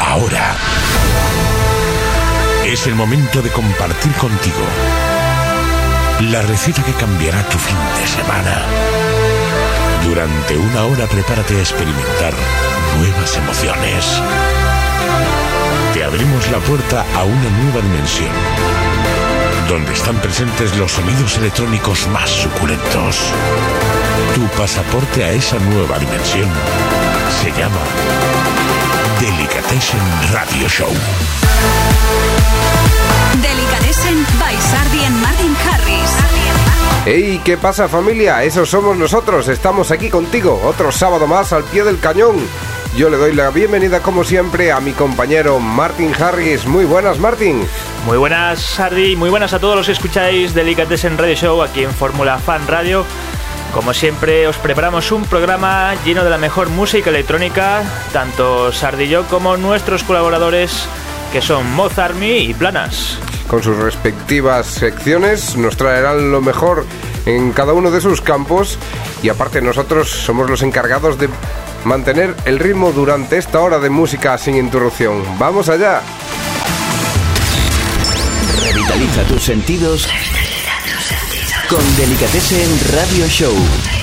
Ahora es el momento de compartir contigo la receta que cambiará tu fin de semana. Durante una hora prepárate a experimentar nuevas emociones. Te abrimos la puerta a una nueva dimensión, donde están presentes los sonidos electrónicos más suculentos. Tu pasaporte a esa nueva dimensión se llama Delicatessen Radio Show. Delicatessen by Sardi and Martin Harris. ¡Hey! ¿Qué pasa, familia? Esos somos nosotros. Estamos aquí contigo. Otro sábado más al pie del cañón. Yo le doy la bienvenida, como siempre, a mi compañero Martin Harris. Muy buenas, Martin. Muy buenas, Sardi. Muy buenas a todos los que escucháis Delicatessen Radio Show aquí en Fórmula Fan Radio. Como siempre, os preparamos un programa lleno de la mejor música electrónica, tanto Sardi y yo como nuestros colaboradores, que son Moz Army y Planas. Con sus respectivas secciones nos traerán lo mejor en cada uno de sus campos, y aparte nosotros somos los encargados de mantener el ritmo durante esta hora de música sin interrupción. ¡Vamos allá! Revitaliza tus sentidos con Delicatessen Radio Show.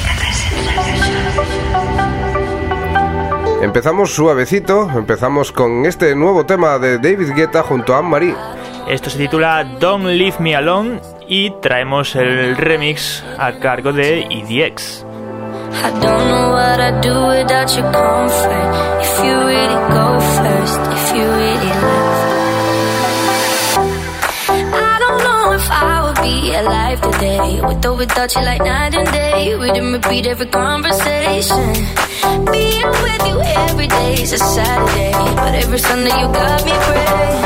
Empezamos suavecito, empezamos con este nuevo tema de David Guetta junto a Anne-Marie. Esto se titula Don't Leave Me Alone y traemos el remix a cargo de EDX. I don't know what I'd do without your comfort. If you really go first, if you really love. I don't know if I would be alive today, with or without you like night and day. We didn't repeat every conversation. Being with you every day is a Saturday, but every Sunday you got me praying.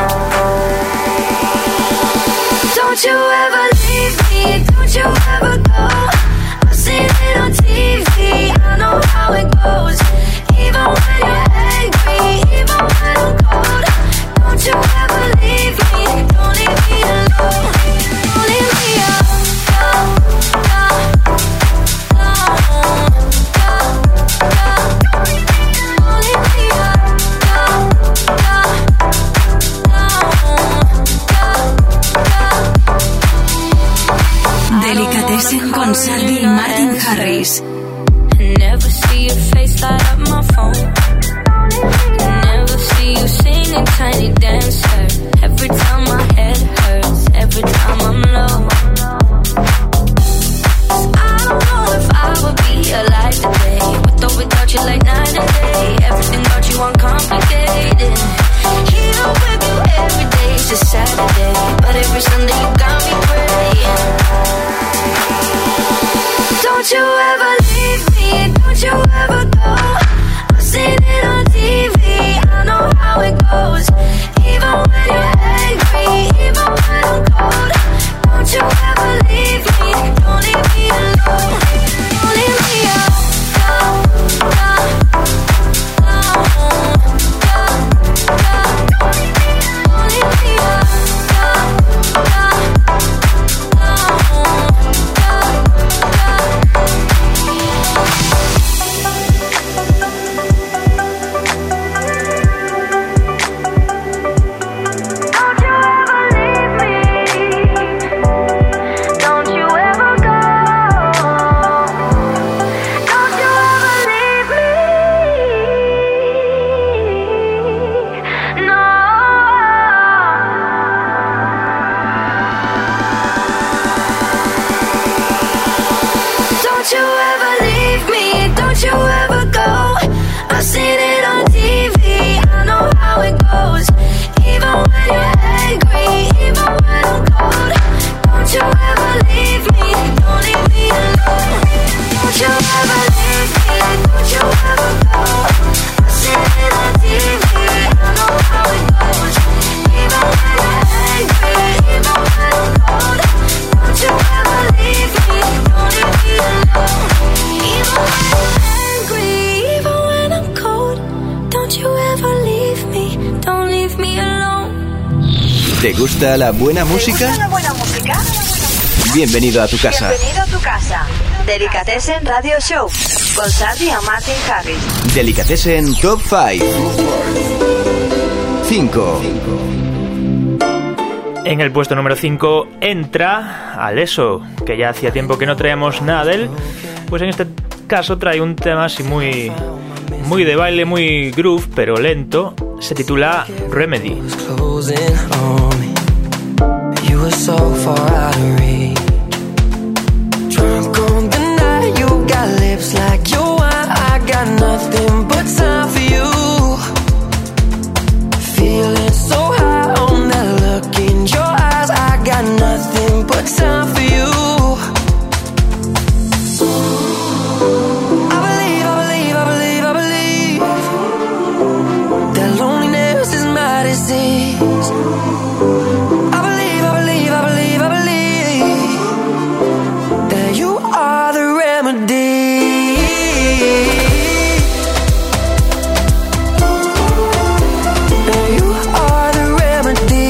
Don't you ever leave me, don't you ever go. I've seen it on TV, I know how it goes. Even when you're angry, even when I'm cold. Don't you ever leave me, don't leave me alone. Don't leave me alone, alone. Don't leave me alone, Delicatessen con Sardi y Martin Harris. Never see your face light up my phone. Never see you singing Tiny Dancer. Every time my head hurts, every time I'm low. I don't know if I would be alive today, with or without you like night and day. Everything about you uncomplicated. Here with you every day is a Saturday, but every Sunday you got me praying. Don't you ever leave me, don't you ever go. I've seen it on TV, I know how it goes. Even when you're angry, even when I'm cold. Don't you ever leave me, don't leave me alone. Don't leave me alone, alone, alone. Don't leave me alone, alone. ¿Te gusta la buena música? Bienvenido a tu casa. Bienvenido a tu casa. Delicatessen Radio Show con Sardi y Martin Harris. Delicatessen Top 5. 5. En el puesto número 5 entra Alesso, que ya hacía tiempo que no traíamos nada de él. Pues en este caso trae un tema así muy de baile, muy groove, pero lento. Se titula Remedy. Time for you. I believe that loneliness is my disease. I believe that you are the remedy. That you are the remedy.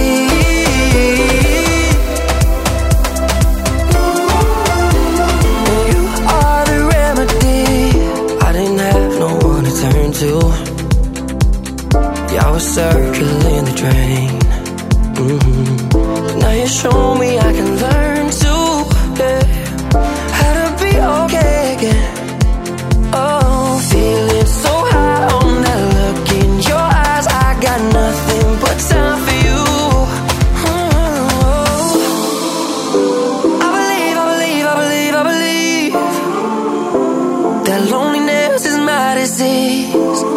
I was circling the drain. Now you show me I can learn to, how to be okay again. Oh, feeling so high on that look in your eyes. I got nothing but time for you. I believe that loneliness is my disease.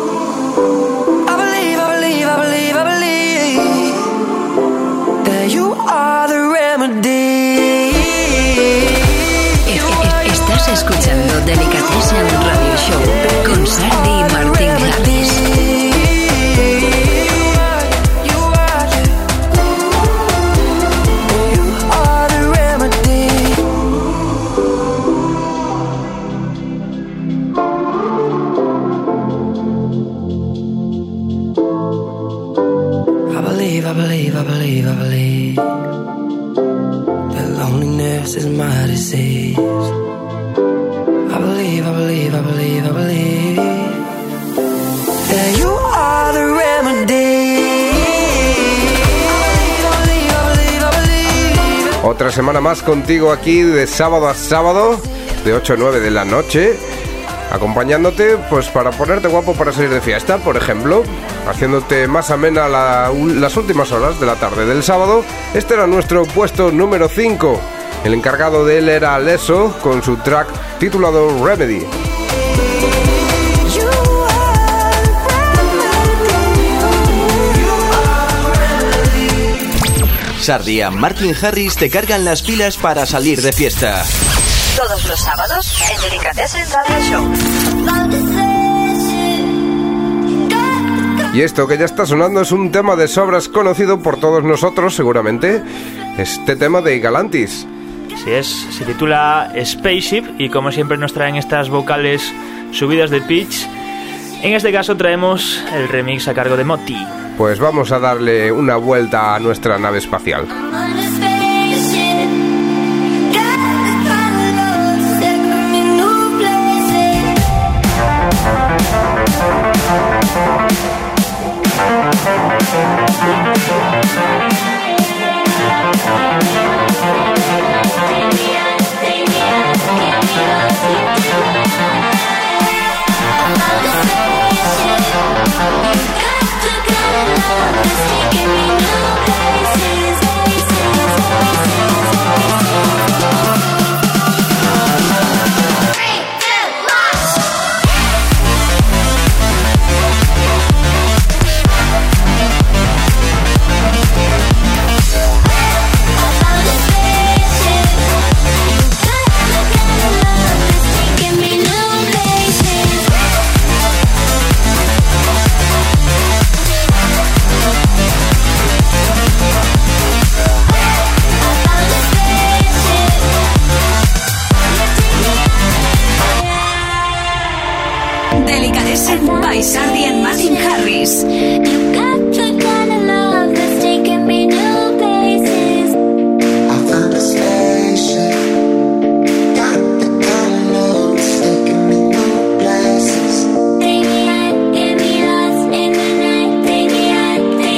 Estás escuchando Delicatessen Radio Show con Sardi y Martín Harris. I believe that loneliness is my disease. I believe that you are the remedy. Otra semana más contigo aquí de sábado a sábado, de 8 a 9 de la noche, acompañándote pues para ponerte guapo para salir de fiesta, por ejemplo, haciéndote más amena las últimas horas de la tarde del sábado. Este era nuestro puesto número 5. El encargado de él era Alesso con su track titulado Remedy. Sardi y Martin Harris te cargan las pilas para salir de fiesta. Todos los sábados en Delicatessen Radio Show. Y esto que ya está sonando es un tema de sobras conocido por todos nosotros, seguramente. Este tema de Galantis. Así es, se titula Spaceship y como siempre nos traen estas vocales subidas de pitch. En este caso traemos el remix a cargo de Moti. Pues vamos a darle una vuelta a nuestra nave espacial. Delicatessen by Sardi and Martin Harris. You got the kind of love that's taking me new places. I found a spaceship. Got the kind of love that's taking me new places. Take me out, get me lost in the night. Take me out,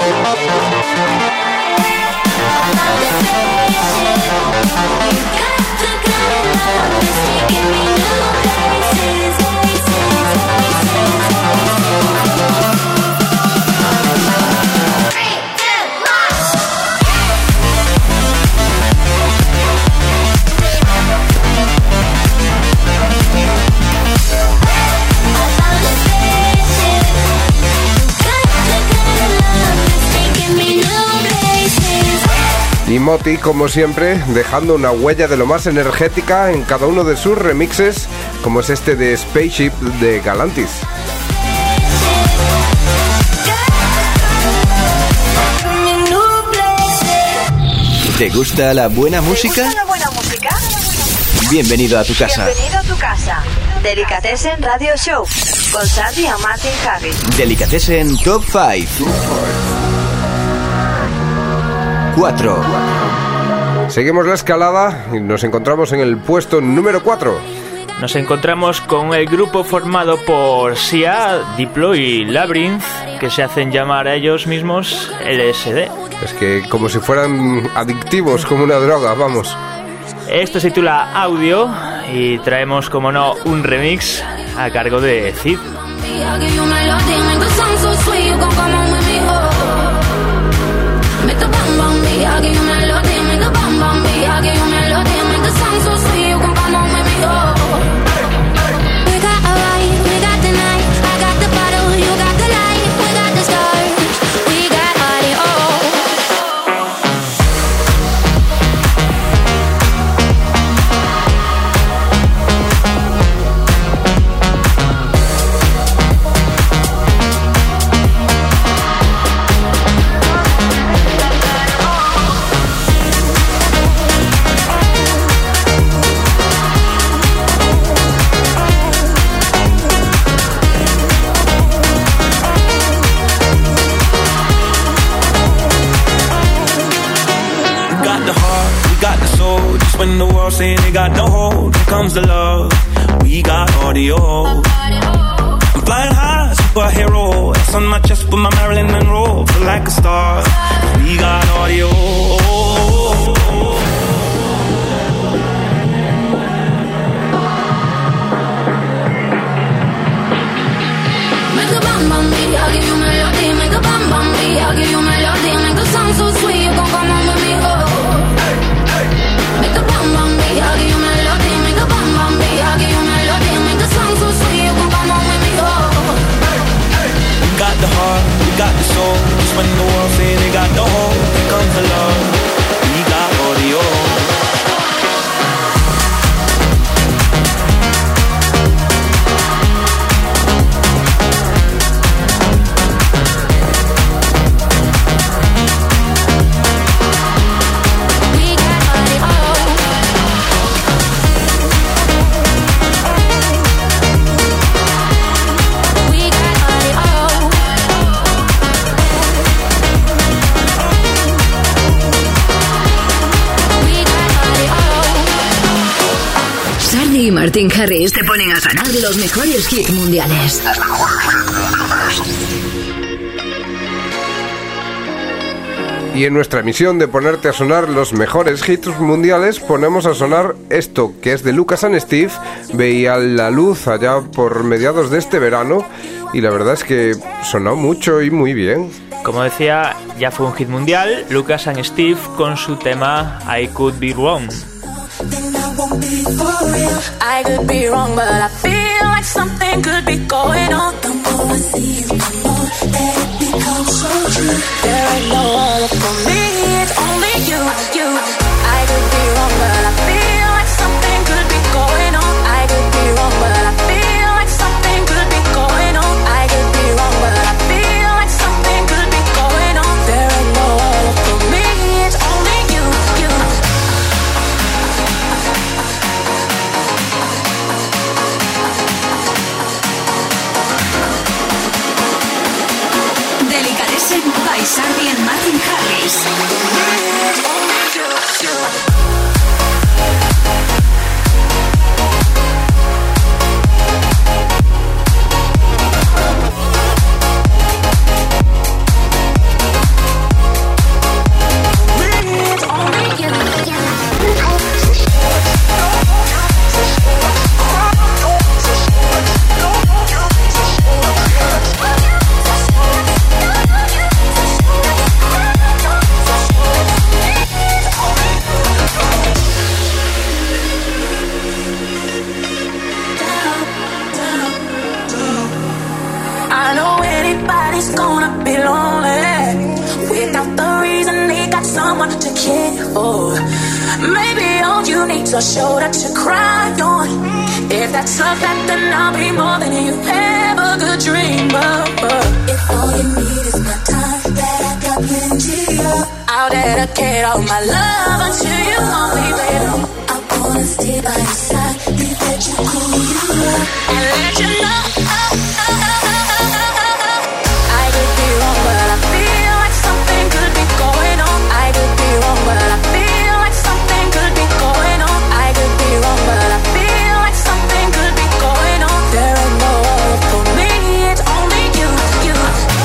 Y Moti, como siempre, dejando una huella de lo más energética en cada uno de sus remixes, como es este de Spaceship de Galantis. ¿Te gusta la buena música? Bienvenido a tu casa. Bienvenido a tu casa. Delicatessen Radio Show con Sandy y Martin Harris. Delicatessen Top 5. 4. Seguimos la escalada y nos encontramos en el puesto número 4. Nos encontramos con el grupo formado por Sia, Diplo y Labyrinth, que se hacen llamar a ellos mismos LSD. Es que como si fueran adictivos, como una droga, vamos. Esto se titula Audio y traemos, como no, un remix a cargo de Cid. When the world saying they got no hold, here comes the love. We got audio. I'm flying high, superhero. X on my chest with my Marilyn Monroe. Feel like a star. We got audio. Make a bam bam beat, I'll give you melody. Make a bam bam beat, I'll give you melody. Make a song so sweet, you gon' come on with me, oh. Make a bam bam beat, I'll give you melody. Make a bam bam beat, I'll give you melody. Make a song so sweet, you gon' come on with me, oh. We got the heart, we got the soul. Just when the world say they got no hope, here comes the love. We got audio. Y Martin Harris te ponen a sonar los mejores hits mundiales. Y en nuestra misión de ponerte a sonar los mejores hits mundiales, ponemos a sonar esto, que es de Lucas and Steve. Veía la luz allá por mediados de este verano y la verdad es que sonó mucho y muy bien. Como decía, ya fue un hit mundial, Lucas and Steve con su tema I Could Be Wrong. I could be wrong, but I feel like something could be going on. The more I see you, the more that it becomes so true. There ain't no other for me, it's only you. I could be wrong, but I feel like something could be going on. I could be wrong, but I feel like something could be going on. I could be wrong, but I feel like something could be going on. There ain't no other for me, it's only you. Delicatessen by Sandy and Martin Harris. Oh, maybe all you need's a shoulder to cry on. If that's love, then I'll be more than you ever could dream of. If all you need is my time, that I got plenty of, I'll dedicate all my love unto you only, baby. I wanna stay by your side, leave that you cool you love, and let you know. I could be wrong, but I feel like something could be going on. I could be wrong, but I feel like something could be going on. I could be wrong, but I feel like something could be going on. There ain't no other for me, it's only you, you.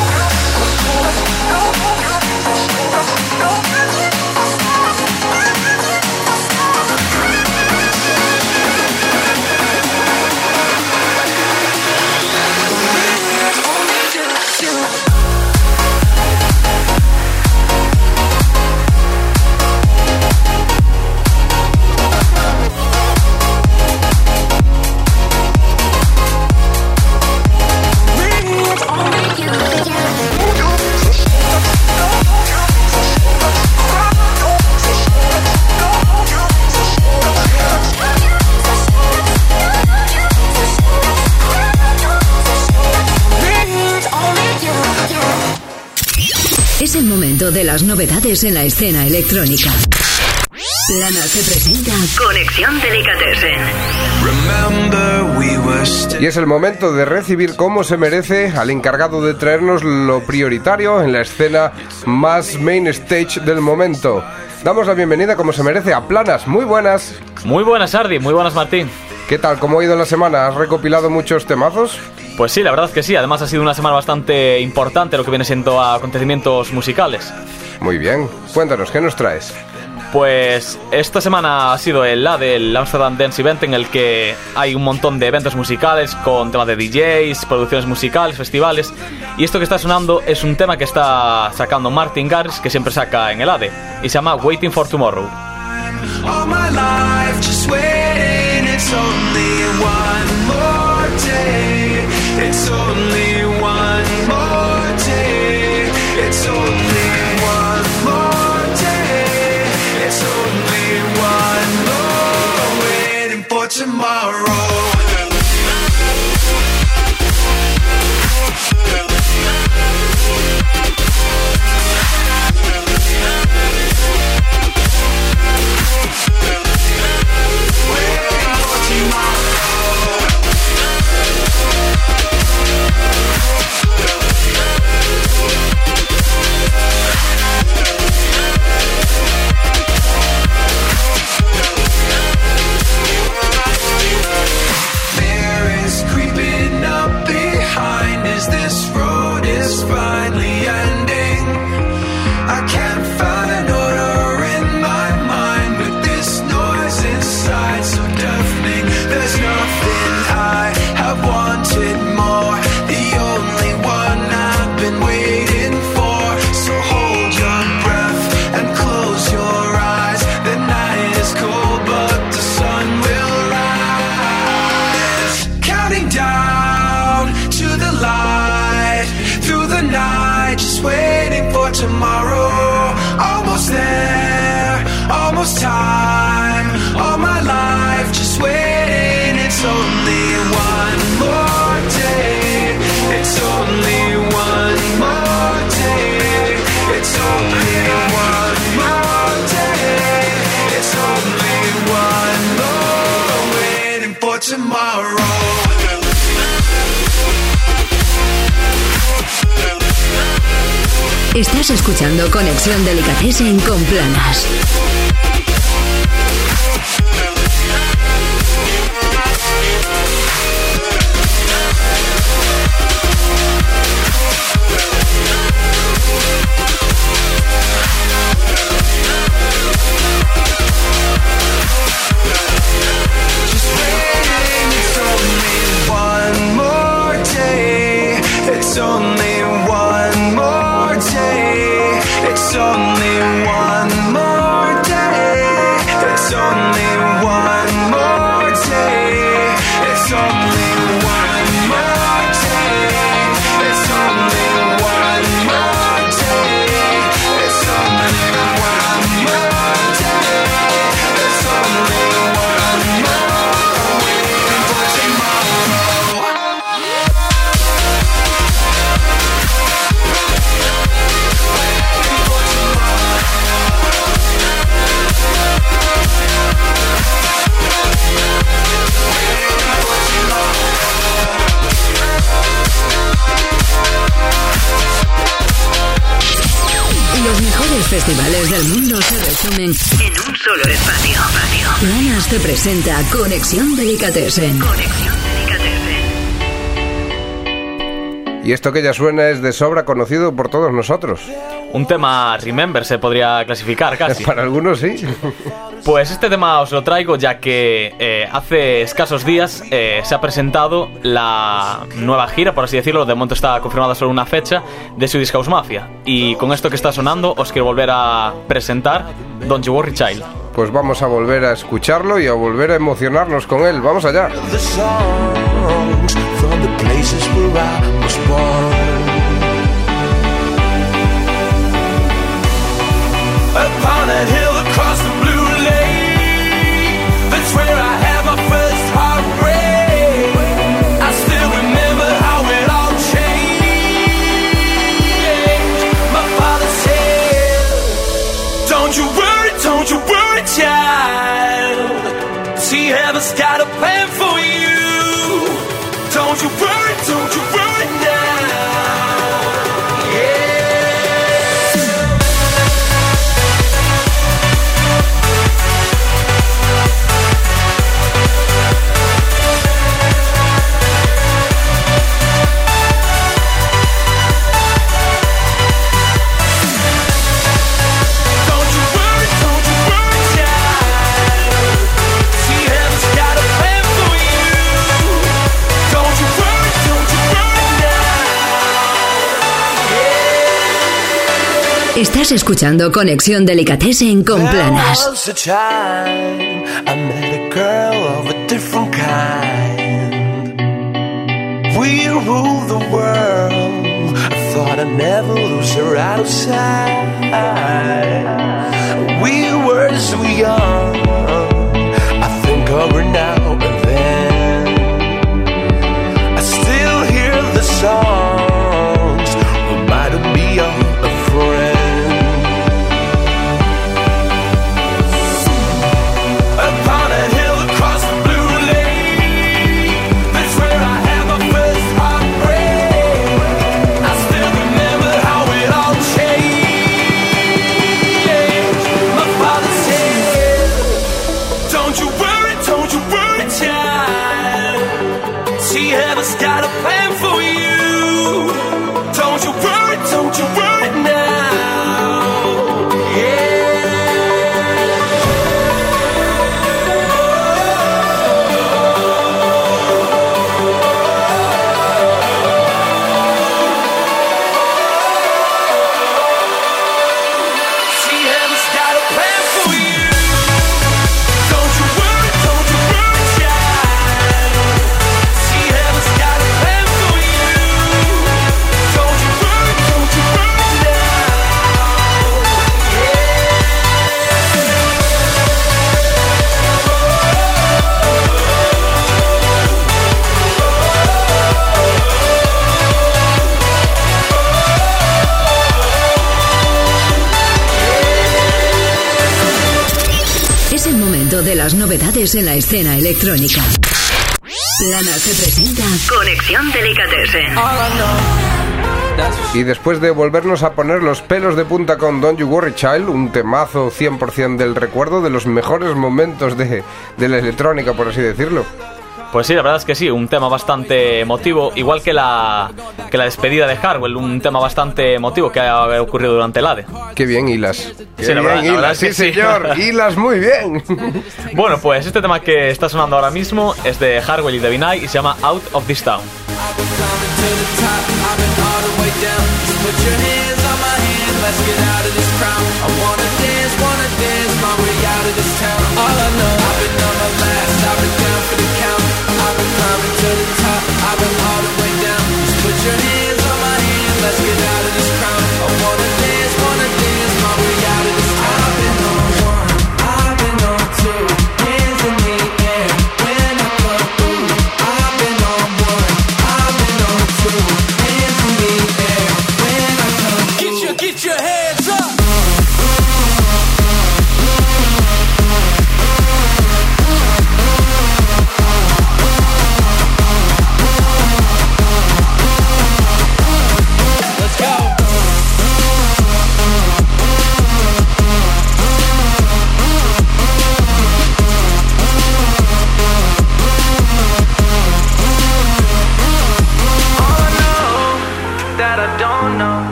Es el momento de las novedades en la escena electrónica. Plana se presenta Conexión Delicatessen. Y es el momento de recibir como se merece al encargado de traernos lo prioritario en la escena más main stage del momento. Damos la bienvenida como se merece a Planas. Muy buenas. Muy buenas, Ardi. Muy buenas, Martín. ¿Qué tal? ¿Cómo ha ido la semana? ¿Has recopilado muchos temazos? Pues sí, la verdad es que sí. Además ha sido una semana bastante importante lo que viene siendo acontecimientos musicales. Muy bien. Cuéntanos, ¿qué nos traes? Pues esta semana ha sido el ADE, el Amsterdam Dance Event, en el que hay un montón de eventos musicales con temas de DJs, producciones musicales, festivales. Y esto que está sonando es un tema que está sacando Martin Garrix, que siempre saca en el ADE, y se llama Waiting for Tomorrow. All my life just waiting, it's only one more day. It's only one more day. It's only one more day. It's only one more waiting for tomorrow. Tomorrow, almost there, almost time. All my life just waiting. It's only one more day. It's only one more day. It's only one more day. It's only one more waiting for tomorrow. Estás escuchando Conexión Delicatessen con Planas. It's only one more day. festivales del mundo se resumen en un solo espacio. Planas te presenta Conexión Delicatessen. Y esto que ya suena es de sobra conocido por todos nosotros. Un tema Remember se podría clasificar casi. Para algunos sí. Pues este tema os lo traigo ya que hace escasos días se ha presentado la nueva gira, por así decirlo. De momento está confirmada solo una fecha de Swedish House Mafia. Y con esto que está sonando os quiero volver a presentar Don't You Worry Child. Pues vamos a volver a escucharlo y a volver a emocionarnos con él. Vamos allá. Upon a hill across the blue lake, that's where I had my first heartbreak. I still remember how it all changed. My father said, don't you worry, child. See, heaven's got a plan for you. Don't you worry now. Yeah. Estás escuchando Conexión Delicatessen con Planas. There was a time I met a girl of a different kind. We ruled the world. I thought I'd never lose her out of sight. We were so young. I think of her now and then. I still hear the songs. Reminded me of a friend. Got a plan for you. Don't you worry now. Yeah. See, heaven's got a plan for you. Don't you worry, child. See, heaven's got a plan for you. Don't you worry now. Es el momento de las novedades en la escena electrónica. Planas te presenta Conexión Delicatessen. Y después de volvernos a poner los pelos de punta con Don't You Worry Child, un temazo 100% del recuerdo de los mejores momentos de la electrónica, por así decirlo. Pues sí, la verdad es que sí, un tema bastante emotivo, igual que la despedida de Hardwell, un tema bastante emotivo que ha ocurrido durante el ADE. Qué bien hilas. Qué sí, la bien, verdad, hilas, la sí es que señor, sí. hilas muy bien. Bueno, pues este tema que está sonando ahora mismo es de Hardwell y Devin I y se llama Out of This Town. Get your hands up.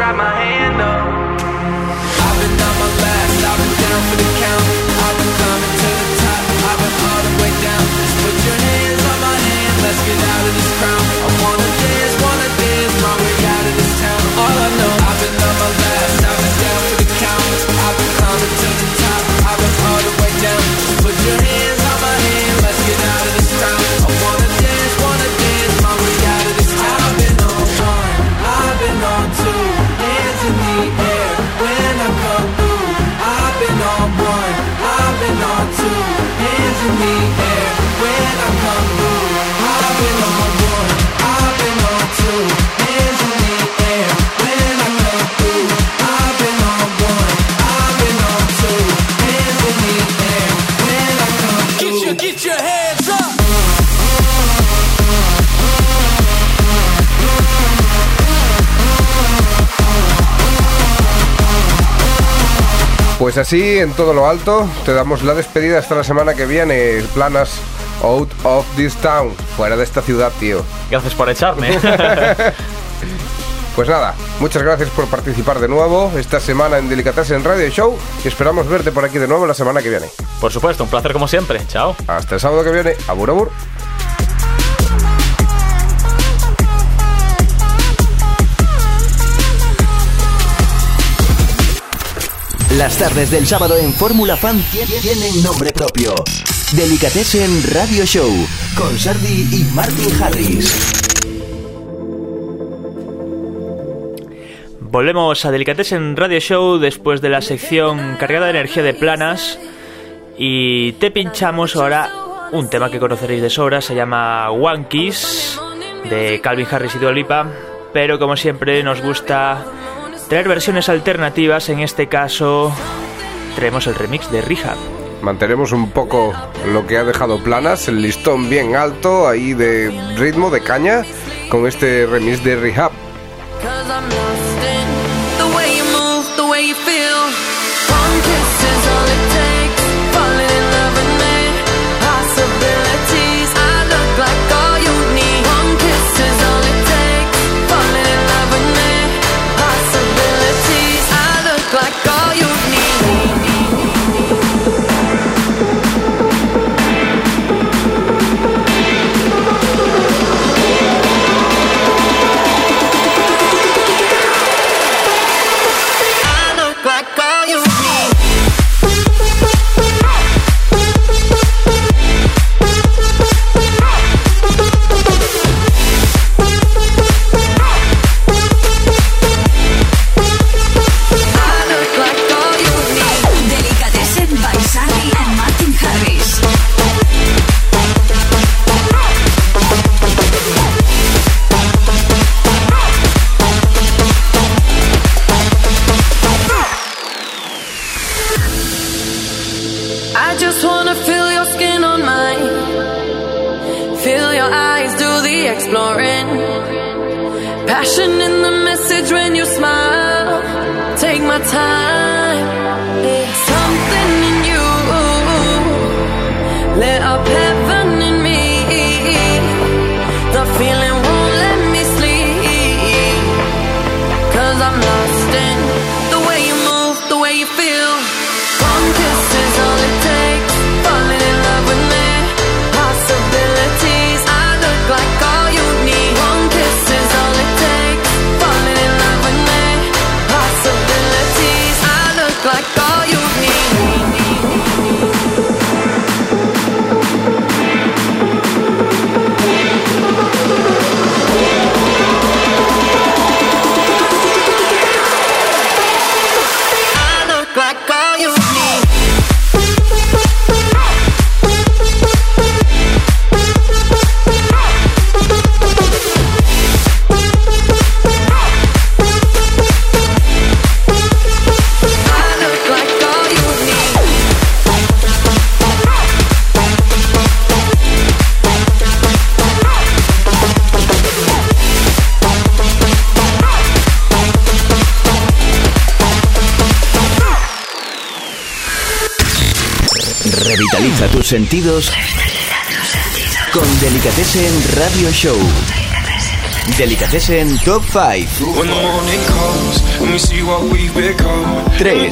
got my hand up. I've been on my last, I've been down for the count. I've been climbing to the top, I've been all the way down. Just put your hands on my hand, let's get out of this crowd. I wanna dance my way out of this town. All I know, I've been on my last, I've been down for the count. I've been climbing to the top, I've been all the way down. Just put your hands on my hand, let's get out of this crowd. I wanna dance my way out of this town. I've been on one, I've been on two, hands in the air when I come through. I've been on one, I've been on two, hands in the air when I come through. I've been on one, I've been on two, hands in the air when I come through. I've been on one, I've been on two, hands in the air when I come through. Get your hands up. Pues así, en todo lo alto, te damos la despedida hasta la semana que viene. Planas out of this town, fuera de esta ciudad, tío. Gracias por echarme. Pues nada, muchas gracias por participar de nuevo esta semana en Delicatessen Radio Show y esperamos verte por aquí de nuevo la semana que viene. Por supuesto, un placer como siempre. Chao. Hasta el sábado que viene. Abur, abur. Las tardes del sábado en Fórmula Fan tienen nombre propio. Delicatessen Radio Show con Sardi y Martin Harris. Volvemos a Delicatessen Radio Show después de la sección cargada de energía de Planas y te pinchamos ahora un tema que conoceréis de sobra. Se llama One Kiss de Calvin Harris y Dua Lipa, pero como siempre nos gusta traer versiones alternativas. En este caso traemos el remix de Rehab. Mantenemos un poco lo que ha dejado Planas, el listón bien alto ahí de ritmo, de caña, con este remix de Rehab. Passion in the message when you smile. Take my time. It's something in you. Lit up heaven in me. The feeling won't let me sleep. 'Cause I'm lost in the way you move, the way you feel. One kiss is all it takes. Falling in love with me. Possibilities. I look like all you need. One kiss is all it takes. Falling in love with me. Possibilities. I look like all you need. Revitaliza tus sentidos con Delicatessen Radio Show. Delicatessen Top 5. 3.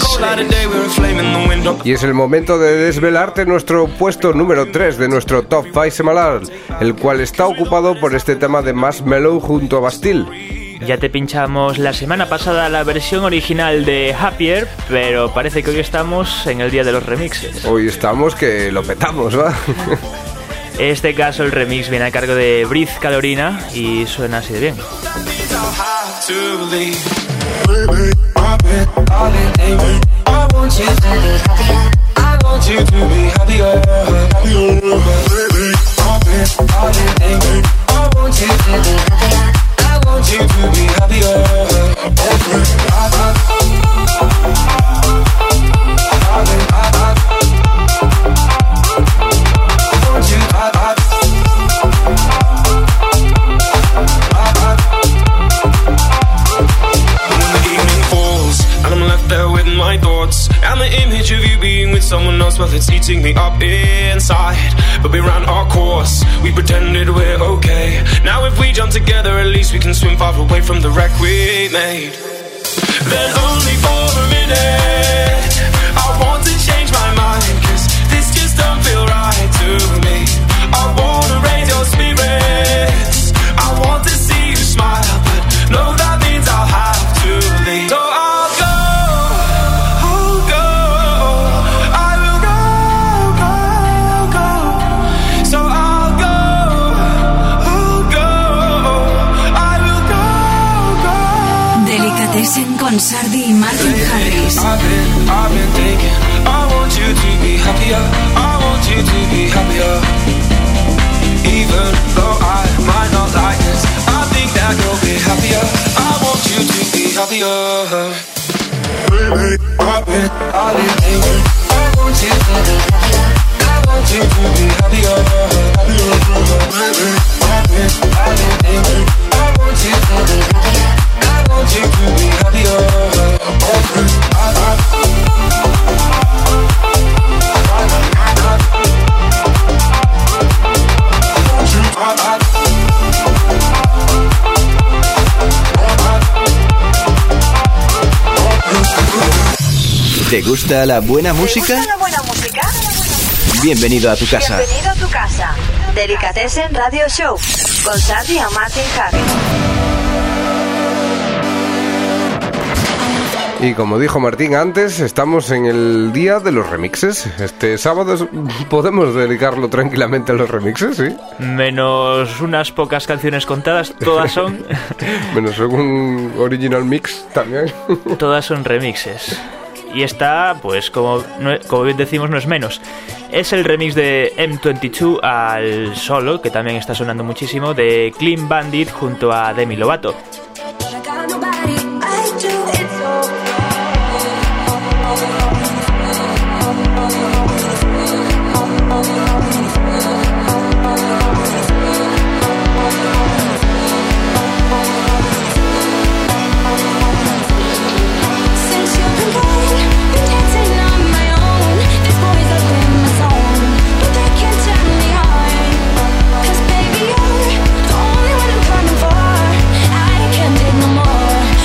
Y es el momento de desvelarte nuestro puesto número 3 de nuestro Top 5 semanal, el cual está ocupado por este tema de Marshmello junto a Bastille. Ya te pinchamos la semana pasada la versión original de Happier, pero parece que hoy estamos en el día de los remixes. Hoy estamos que lo petamos, ¿va? En este caso el remix viene a cargo de Breathe Calorina y suena así de bien. You to be happier. And the image of you being with someone else, well, it's eating me up inside. But we ran our course, we pretended we're okay. Now if we jump together, at least we can swim far away from the wreck we made. Then only for a minute, I want to change my mind, 'cause this just don't feel right to me. I wanna raise your spirits, I want to see you smile, but no, that means I'll have to leave. So I'll go. Con Sardi y Martin Harris. I've been thinking, I want you to be happier, I want you to be happier. Even though I might not like this, I think that you'll be happier, I want you to be happier. Baby, I've been thinking, I want you to be happier, I want you to be happier. Baby, I've been thinking, I want you to be happier, I want you to be happier. ¿Te gusta la buena música? Bienvenido a tu casa. Bienvenido a tu casa. Delicatessen Radio Show con Sardi y Martin Harris. Y como dijo Martín antes, estamos en el día de los remixes. Este sábado podemos dedicarlo tranquilamente a los remixes, ¿sí? Menos unas pocas canciones contadas, todas son... Menos un original mix también. Todas son remixes. Y esta, pues como bien decimos, no es menos. Es el remix de M22 al solo, que también está sonando muchísimo, de Clean Bandit junto a Demi Lovato. Baby, you're the only one I'm coming for. I can't take no more.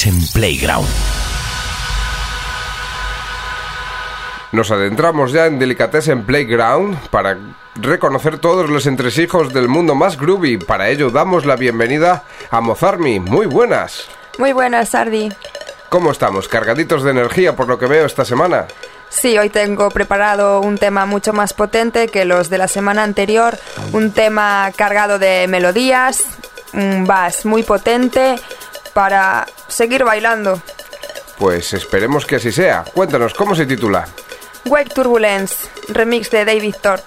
Delicatessen Playground. Nos adentramos ya en Delicatessen Playground para reconocer todos los entresijos del mundo más groovy. Para ello damos la bienvenida a Mozarmi. Muy buenas. Muy buenas, Sardi. ¿Cómo estamos? ¿Cargaditos de energía por lo que veo esta semana? Sí, hoy tengo preparado un tema mucho más potente que los de la semana anterior. Un tema cargado de melodías, un bass muy potente para seguir bailando. Pues esperemos que así sea. Cuéntanos, ¿cómo se titula? Wake Turbulence, remix de David Tort.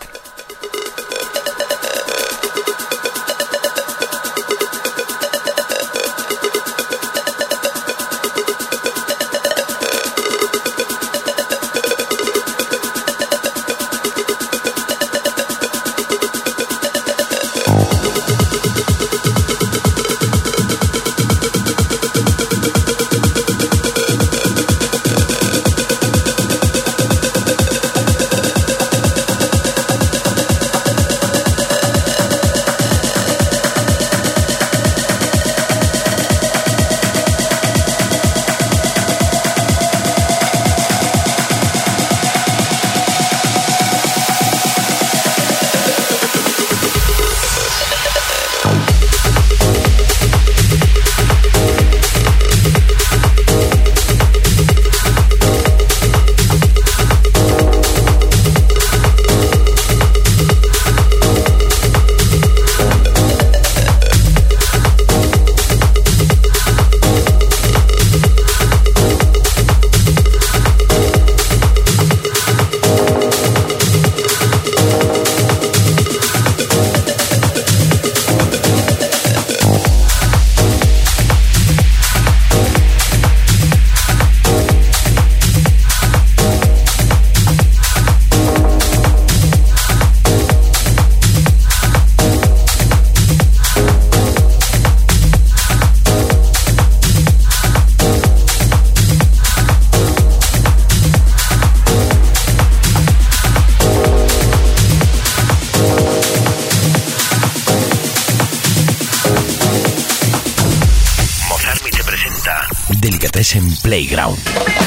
Delicatessen Playground.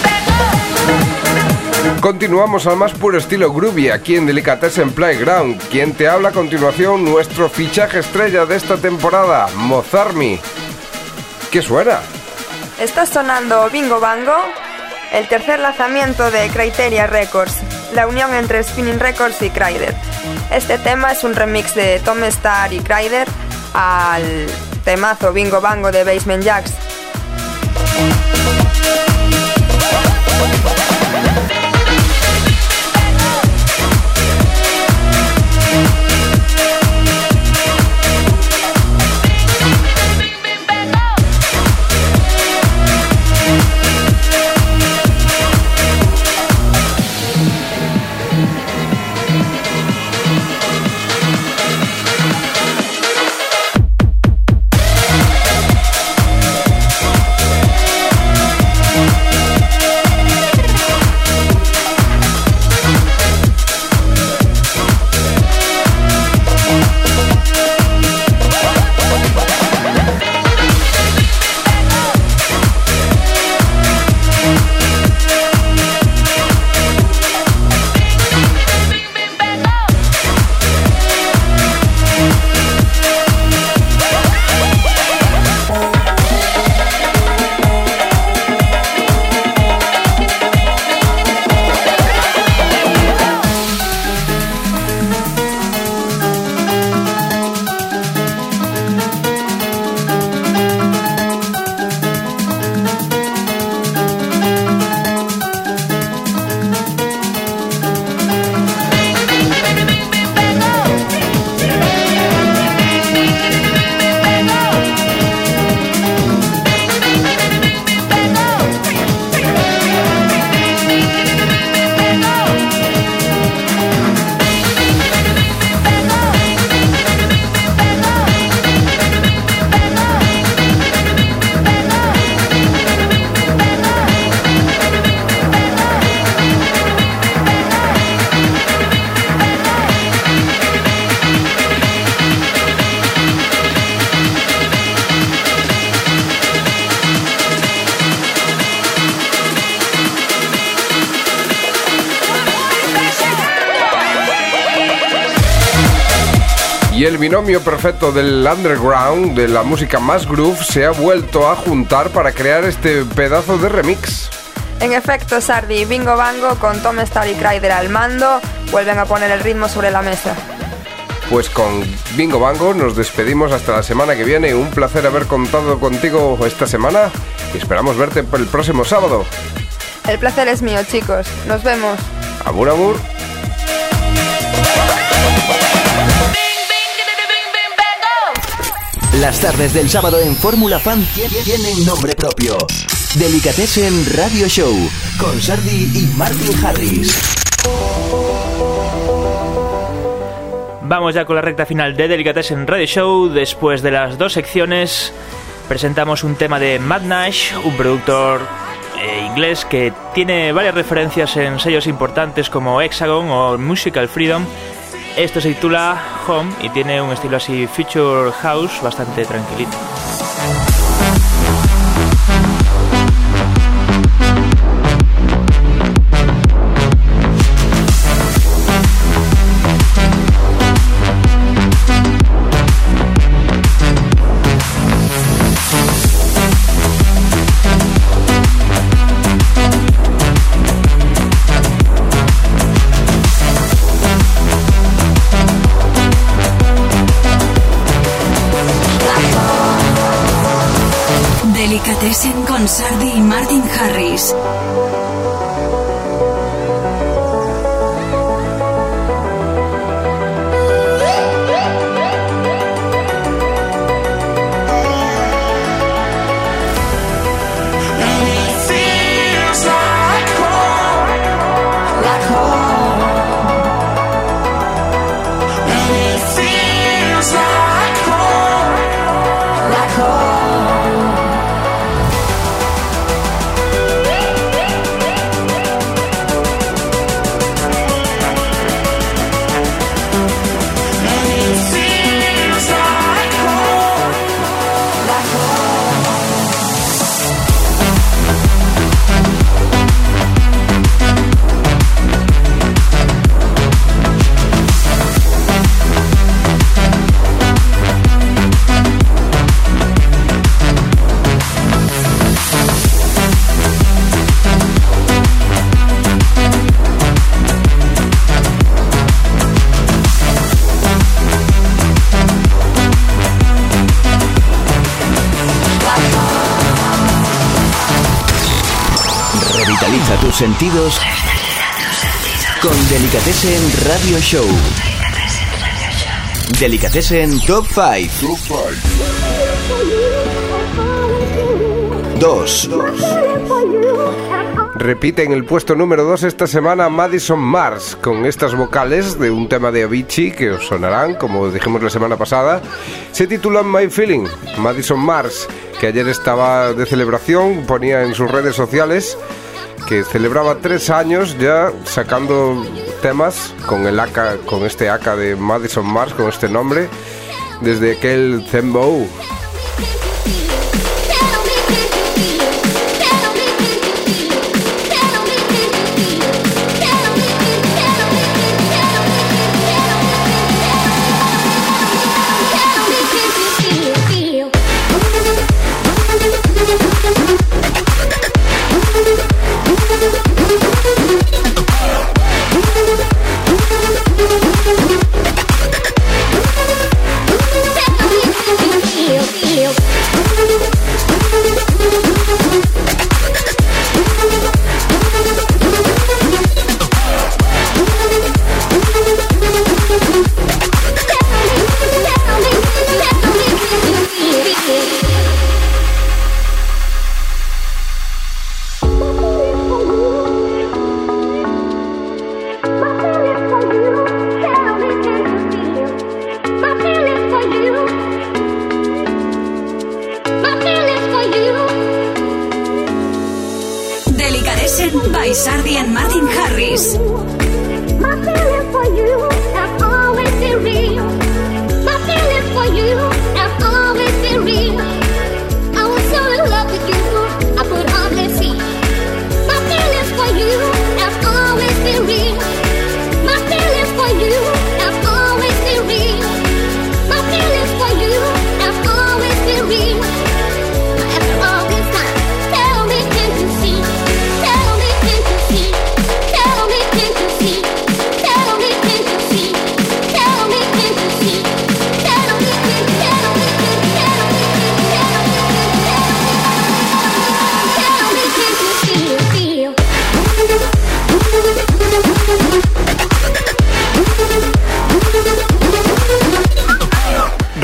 Continuamos al más puro estilo groovy aquí en Delicatessen Playground. Quien te habla a continuación, nuestro fichaje estrella de esta temporada, Mozarmi. ¿Qué suena? Está sonando Bingo Bango, el tercer lanzamiento de Criteria Records, la unión entre Spinning Records y Kryder. Este tema es un remix de Tom Starr y Kryder al temazo Bingo Bango de Basement Jaxx. Y el binomio perfecto del underground, de la música más groove, se ha vuelto a juntar para crear este pedazo de remix. En efecto, Sardi y Bingo Bango, con Tom Starr y Kryder al mando, vuelven a poner el ritmo sobre la mesa. Pues con Bingo Bango nos despedimos hasta la semana que viene. Un placer haber contado contigo esta semana y esperamos verte el próximo sábado. El placer es mío, chicos. Nos vemos. Abur, abur. Las tardes del sábado en Fórmula Fan tienen nombre propio. Delicatessen Radio Show con Sardi y Martin Harris. Vamos ya con la recta final de Delicatessen Radio Show. Después de las dos secciones presentamos un tema de Matt Nash, un productor inglés que tiene varias referencias en sellos importantes como Hexagon o Musical Freedom. Esto se titula Home y tiene un estilo así Future House bastante tranquilito. Delicatessen con Sardi y Martin Harris. Revitaliza tus sentidos con Delicatessen Radio Show. Delicatessen Top 5. 2. Repite en el puesto número 2 esta semana Madison Mars, con estas vocales de un tema de Avicii que os sonarán, como dijimos la semana pasada. Se titula My Feeling. Madison Mars, que ayer estaba de celebración, ponía en sus redes sociales que celebraba 3 años ya sacando temas con el AK, con este AK de Madison Mars, con este nombre, desde aquel Thembo. Delicatessen by Sardi and Martin Harris. My feeling for you have always been real. My feeling for you have always been real. I was so in love with you, I could hardly see. My feelings for you have always been real. My feelings for you have always been real.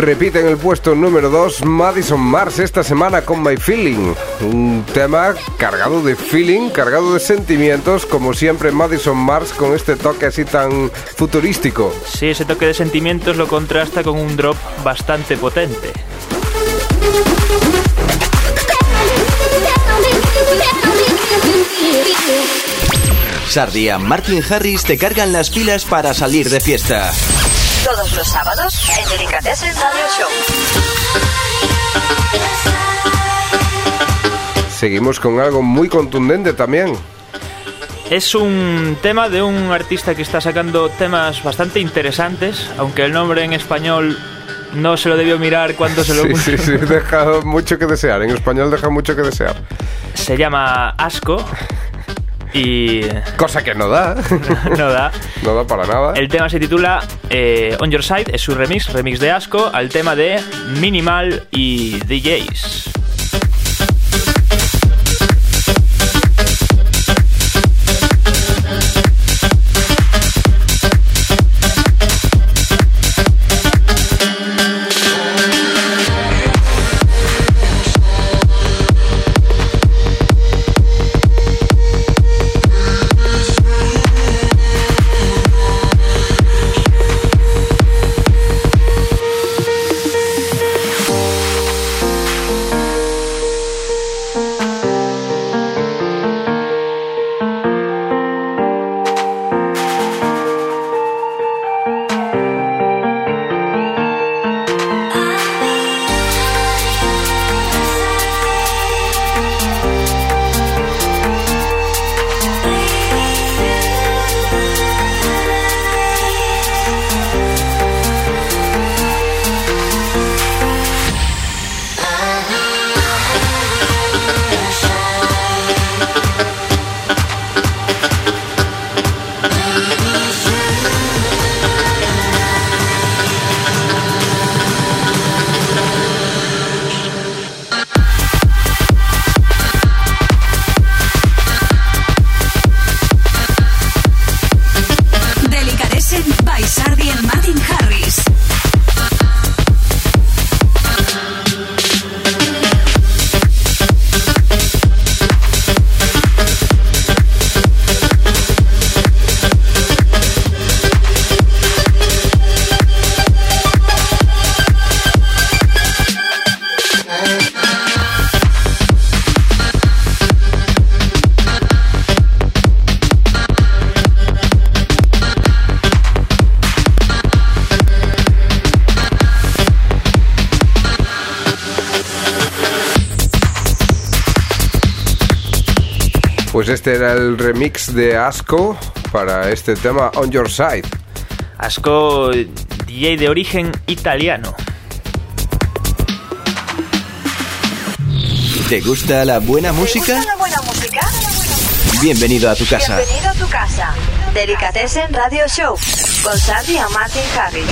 repite en el puesto número 2 Madison Mars esta semana con My Feeling. Un tema cargado de feeling, cargado de sentimientos, como siempre Madison Mars con este toque así tan futurístico. Sí, ese toque de sentimientos lo contrasta con un drop bastante potente. Sardi y Martin Harris te cargan las pilas para salir de fiesta. Todos los sábados en Delicatessen Radio Show. Seguimos con algo muy contundente también. Es un tema de un artista que está sacando temas bastante interesantes, aunque el nombre en español no se lo debió mirar cuando se lo... Sí, deja mucho que desear. En español deja mucho que desear. Se llama Asco. Y... cosa que no da. No da. No da para nada. El tema se titula On Your Side, es su remix de Asco al tema de Minimal y DJs. Pues este era el remix de Asco para este tema On Your Side. Asco, DJ de origen italiano. ¿Te gusta la buena música? Bienvenido a tu casa. Bienvenido a tu casa. Delicatessen Radio Show con Sardi y Martin Harris.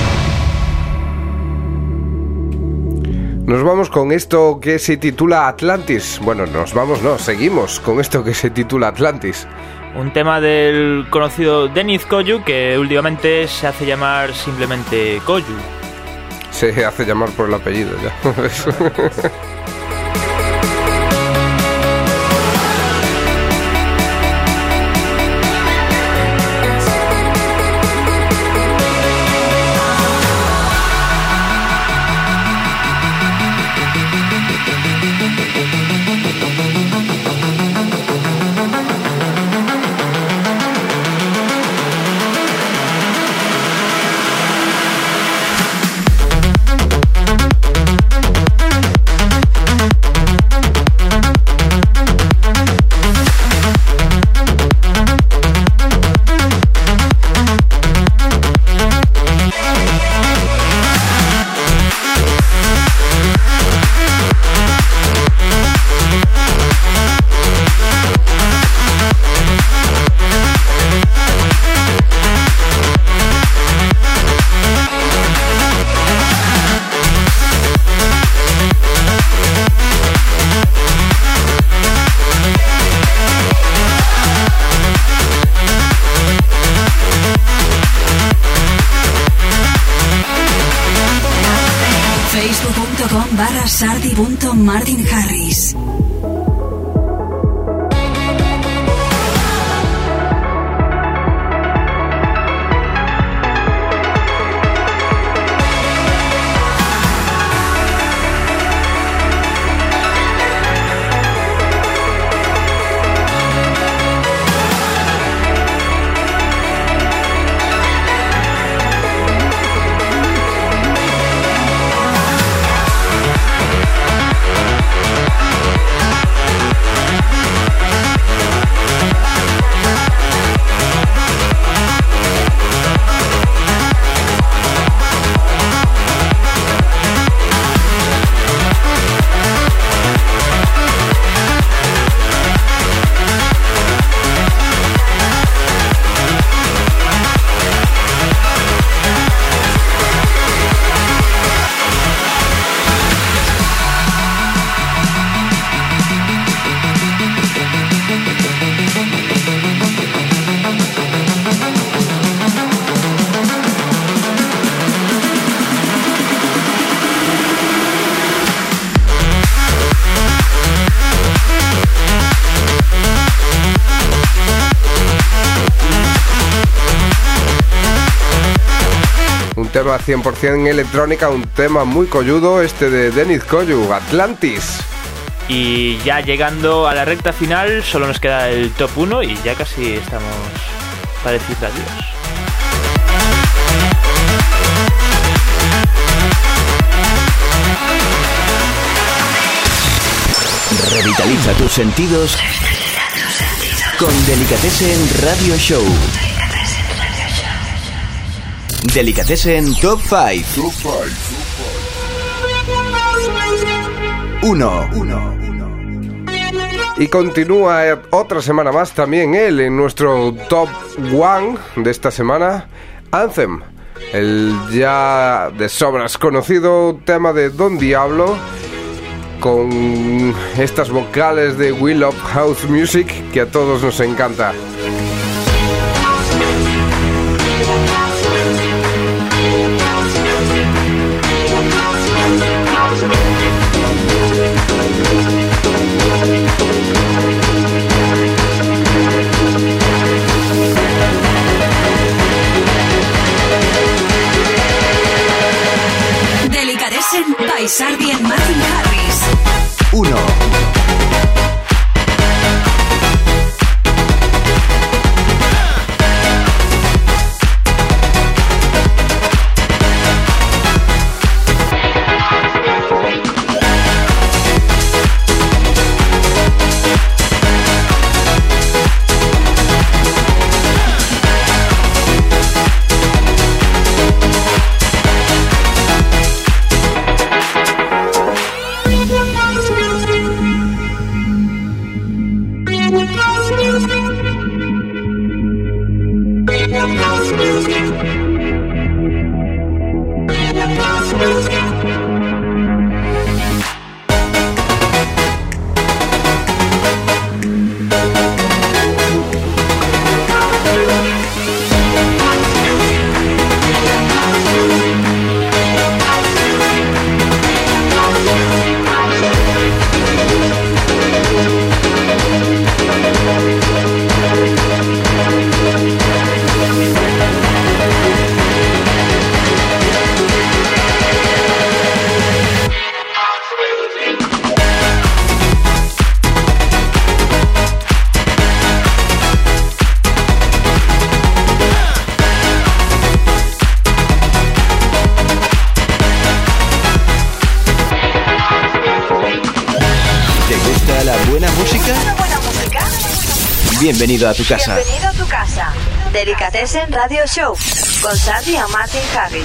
Nos vamos con esto que se titula Atlantis. Bueno, seguimos con esto que se titula Atlantis. Un tema del conocido Deniz Koyu, que últimamente se hace llamar simplemente Koyu. Se hace llamar por el apellido ya. facebook.com/sardi.martinharris. Tema 100% electrónica, un tema muy colludo, este de Dennis Koyu, Atlantis. Y ya llegando a la recta final, solo nos queda el top 1 y ya casi estamos para decir adiós. Revitaliza tus sentidos con Delicatessen Radio Show. Delicatessen Top 5. 1. Y continúa otra semana más también él en nuestro Top 1 de esta semana, Anthem, el ya de sobras conocido tema de Don Diablo, con estas vocales de We Love House Music que a todos nos encanta. Delicatessen by Sardi and Martin Harris. 1. Bienvenido a tu casa. Bienvenido a tu casa. Delicatessen Radio Show con Sardi y Martin Harris.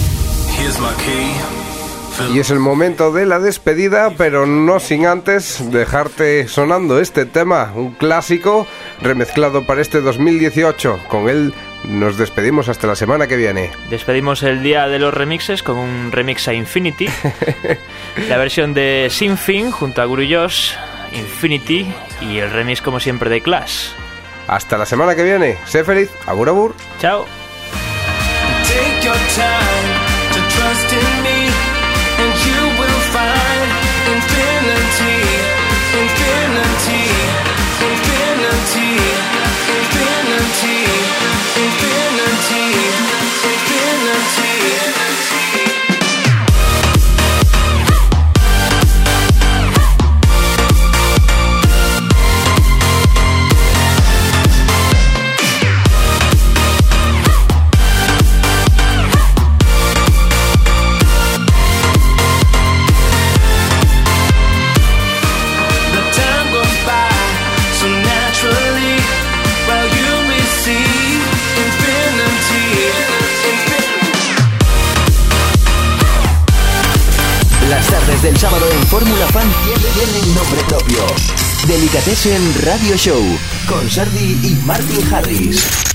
Y es el momento de la despedida, pero no sin antes dejarte sonando este tema, un clásico remezclado para este 2018. Con él nos despedimos hasta la semana que viene. Despedimos el día de los remixes con un remix a Infinity. La versión de Sinfin junto a Guru Josh, Infinity, y el remix como siempre de Clash. Hasta la semana que viene. Sé feliz. Abur abur. Chao. Take your time to trust in me, and you will find infinity, infinity, infinity, infinity, infinity, infinity. Las tardes del sábado en Fórmula Fan tienen nombre propio. Delicatessen Radio Show con Sardi y Martin Harris.